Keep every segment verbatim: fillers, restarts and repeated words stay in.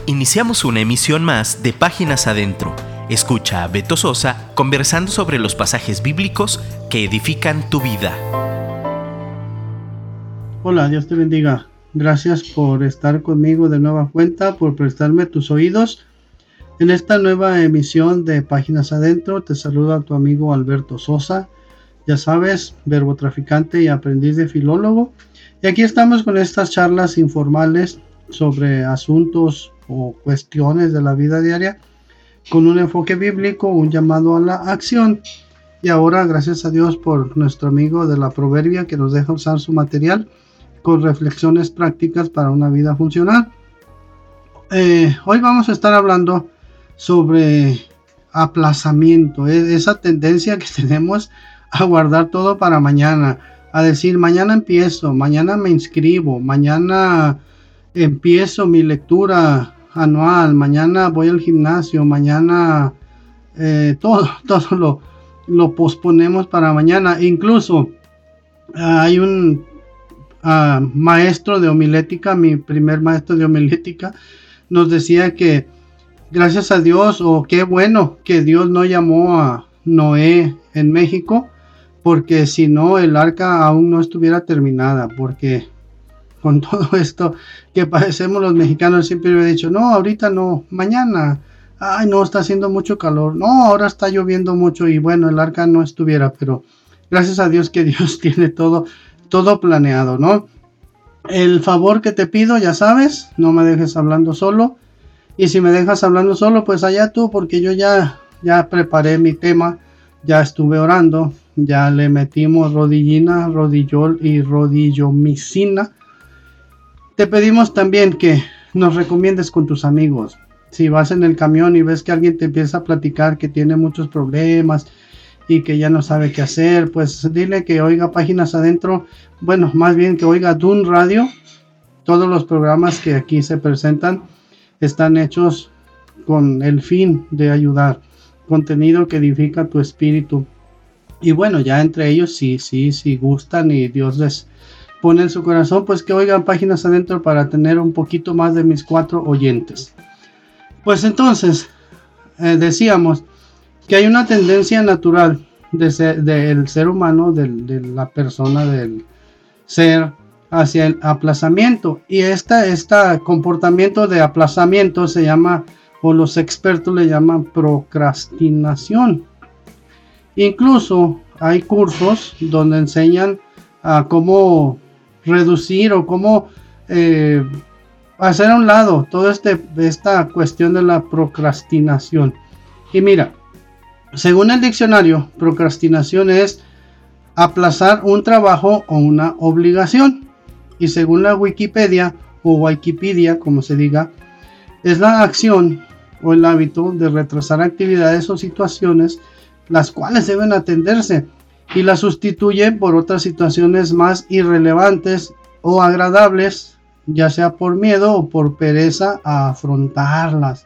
Iniciamos una emisión más de Páginas Adentro. Escucha a Beto Sosa conversando sobre los pasajes bíblicos que edifican tu vida. Hola, Dios te bendiga. Gracias por estar conmigo de nueva cuenta, por prestarme tus oídos. En esta nueva emisión de Páginas Adentro te saluda tu amigo Alberto Sosa. Ya sabes, verbo traficante y aprendiz de filólogo. Y aquí estamos con estas charlas informales sobre asuntos o cuestiones de la vida diaria con un enfoque bíblico, un llamado a la acción. Y ahora, gracias a Dios por nuestro amigo de la Proverbia que nos deja usar su material con reflexiones prácticas para una vida funcional. Eh, hoy vamos a estar hablando sobre aplazamiento, esa tendencia que tenemos a guardar todo para mañana, a decir mañana empiezo, mañana me inscribo, mañana empiezo mi lectura anual, mañana voy al gimnasio, mañana eh, todo, todo lo, lo posponemos para mañana. Incluso uh, hay un uh, maestro de homilética, mi primer maestro de homilética, nos decía que gracias a Dios, o qué bueno que Dios no llamó a Noé en México, porque si no el arca aún no estuviera terminada, porque con todo esto que padecemos los mexicanos, siempre he dicho, no, ahorita no, mañana, ay no, está haciendo mucho calor, no, ahora está lloviendo mucho, y bueno, el arca no estuviera, pero gracias a Dios que Dios tiene todo, todo planeado, ¿no? El favor que te pido, ya sabes, no me dejes hablando solo, y si me dejas hablando solo, pues allá tú, porque yo ya, ya preparé mi tema, ya estuve orando, ya le metimos rodillina, rodillol y rodillomicina. Te pedimos también que nos recomiendes con tus amigos. Si vas en el camión y ves que alguien te empieza a platicar que tiene muchos problemas y que ya no sabe qué hacer, pues dile que oiga Páginas Adentro, bueno, más bien que oiga Dun Radio. Todos los programas que aquí se presentan están hechos con el fin de ayudar, contenido que edifica tu espíritu. Y bueno, ya entre ellos, sí, sí, sí gustan y Dios les pone en su corazón, pues que oigan Páginas Adentro para tener un poquito más de mis cuatro oyentes. Pues entonces, eh, decíamos que hay una tendencia natural de ser, del ser humano, de, de la persona, del ser, hacia el aplazamiento. Y este, este comportamiento de aplazamiento se llama, o los expertos le llaman procrastinación. Incluso hay cursos donde enseñan a cómo reducir o cómo eh, hacer a un lado toda este, esta cuestión de la procrastinación. Y mira, según el diccionario, procrastinación es aplazar un trabajo o una obligación. Y según la Wikipedia o Wikipedia, como se diga, es la acción o el hábito de retrasar actividades o situaciones las cuales deben atenderse y las sustituyen por otras situaciones más irrelevantes o agradables, ya sea por miedo o por pereza a afrontarlas.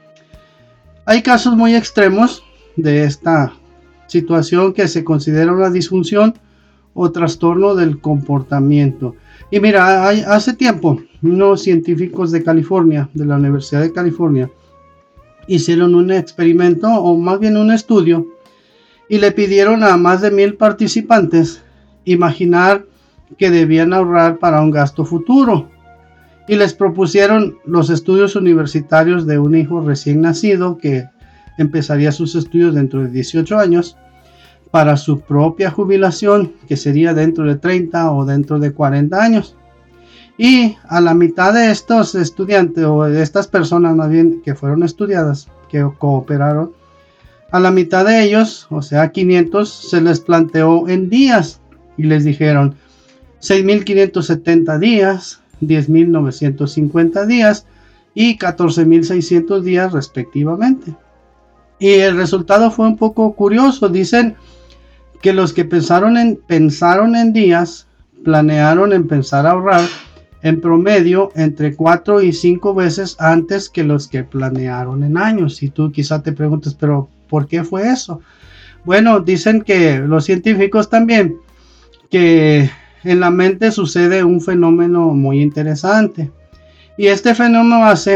Hay casos muy extremos de esta situación que se considera una disfunción o trastorno del comportamiento. Y mira, hay, hace tiempo unos científicos de California, de la Universidad de California, hicieron un experimento o más bien un estudio y le pidieron a más de mil participantes imaginar que debían ahorrar para un gasto futuro y les propusieron los estudios universitarios de un hijo recién nacido que empezaría sus estudios dentro de dieciocho años para su propia jubilación, que sería dentro de treinta o dentro de cuarenta años. Y a la mitad de estos estudiantes, o de estas personas más bien que fueron estudiadas, que cooperaron, a la mitad de ellos, o sea quinientos, se les planteó en días y les dijeron seis mil quinientos setenta días, diez mil novecientos cincuenta días y catorce mil seiscientos días respectivamente. Y el resultado fue un poco curioso. Dicen que los que pensaron en, pensaron en días, planearon en pensar ahorrar en promedio entre cuatro y cinco veces antes que los que planearon en años. Y tú quizá te preguntes, pero ¿por qué fue eso? Bueno, dicen que los científicos también, que en la mente sucede un fenómeno muy interesante. Y este fenómeno hace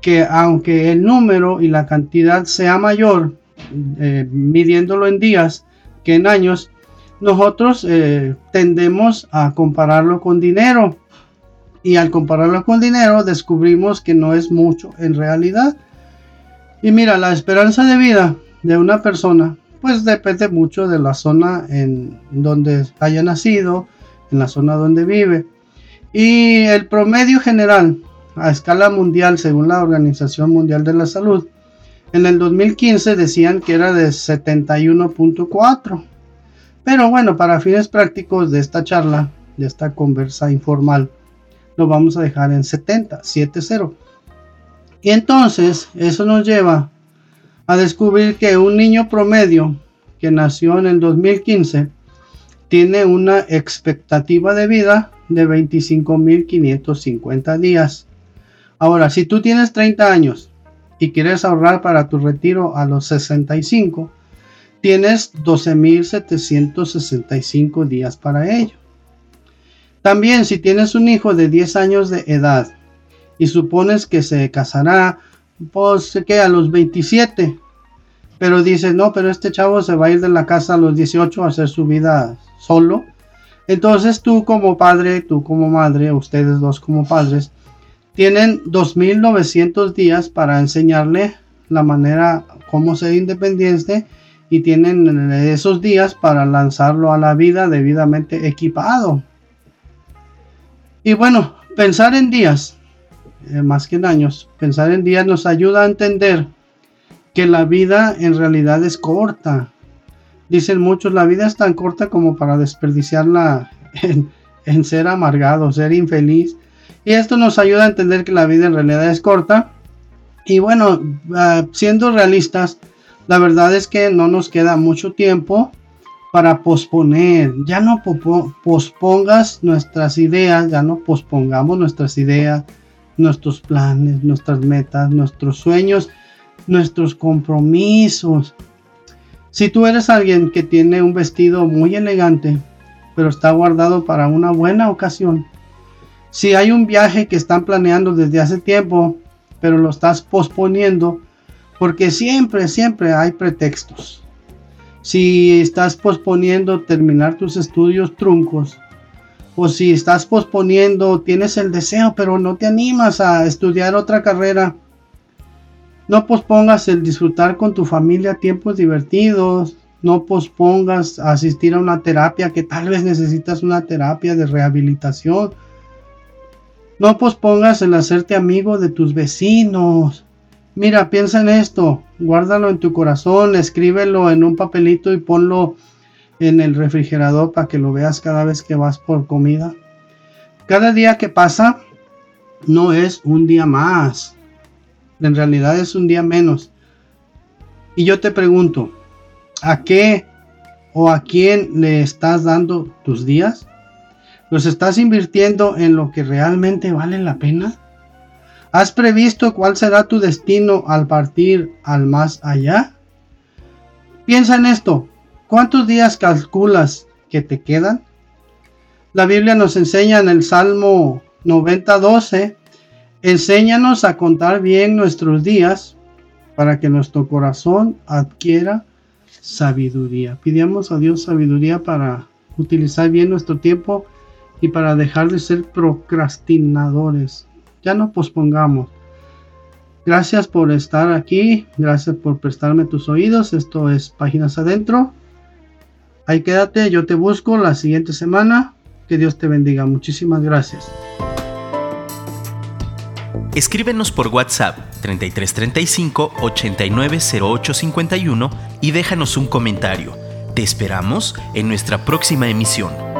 que aunque el número y la cantidad sea mayor, eh, midiéndolo en días que en años, nosotros eh, tendemos a compararlo con dinero. Y al compararlo con dinero, descubrimos que no es mucho en realidad. Y mira, la esperanza de vida de una persona, pues depende mucho de la zona en donde haya nacido, en la zona donde vive. Y el promedio general a escala mundial, según la Organización Mundial de la Salud, en el dos mil quince decían que era de setenta y uno punto cuatro. Pero bueno, para fines prácticos de esta charla, de esta conversa informal, lo vamos a dejar en setenta, setenta. Y entonces eso nos lleva a descubrir que un niño promedio que nació en el dos mil quince tiene una expectativa de vida de veinticinco mil quinientos cincuenta días. Ahora, si tú tienes treinta años y quieres ahorrar para tu retiro a los sesenta y cinco, tienes doce mil setecientos sesenta y cinco días para ello. También, si tienes un hijo de diez años de edad y supones que se casará, pues que a los veintisiete, pero dices, no, pero este chavo se va a ir de la casa a los dieciocho a hacer su vida solo. Entonces tú como padre, tú como madre, ustedes dos como padres, tienen dos mil novecientos días para enseñarle la manera como ser independiente y tienen esos días para lanzarlo a la vida debidamente equipado. Y bueno, pensar en días, eh, más que en años, pensar en días nos ayuda a entender que la vida en realidad es corta. Dicen muchos, la vida es tan corta como para desperdiciarla en, en ser amargado, ser infeliz. Y esto nos ayuda a entender que la vida en realidad es corta. Y bueno, uh, siendo realistas, la verdad es que no nos queda mucho tiempo para posponer. Ya no popo- pospongas nuestras ideas, ya no pospongamos nuestras ideas, nuestros planes, nuestras metas, nuestros sueños, nuestros compromisos. Si tú eres alguien que tiene un vestido muy elegante, pero está guardado para una buena ocasión, si hay un viaje que están planeando desde hace tiempo, pero lo estás posponiendo, porque siempre, siempre hay pretextos. Si estás posponiendo terminar tus estudios truncos, o si estás posponiendo, tienes el deseo, pero no te animas a estudiar otra carrera, no pospongas el disfrutar con tu familia tiempos divertidos, no pospongas asistir a una terapia que tal vez necesitas una terapia de rehabilitación, no pospongas el hacerte amigo de tus vecinos. Mira, piensa en esto, guárdalo en tu corazón, escríbelo en un papelito y ponlo en el refrigerador para que lo veas cada vez que vas por comida. Cada día que pasa no es un día más, en realidad es un día menos. Y yo te pregunto, ¿a qué o a quién le estás dando tus días? ¿Los estás invirtiendo en lo que realmente vale la pena? ¿Has previsto cuál será tu destino al partir al más allá? Piensa en esto. ¿Cuántos días calculas que te quedan? La Biblia nos enseña en el Salmo noventa doce, enséñanos a contar bien nuestros días para que nuestro corazón adquiera sabiduría. Pidamos a Dios sabiduría para utilizar bien nuestro tiempo y para dejar de ser procrastinadores. Ya no pospongamos. Gracias por estar aquí. Gracias por prestarme tus oídos. Esto es Páginas Adentro. Ahí quédate. Yo te busco la siguiente semana. Que Dios te bendiga. Muchísimas gracias. Escríbenos por WhatsApp treinta y tres treinta y cinco ochenta y nueve cero ocho cincuenta y uno y déjanos un comentario. Te esperamos en nuestra próxima emisión.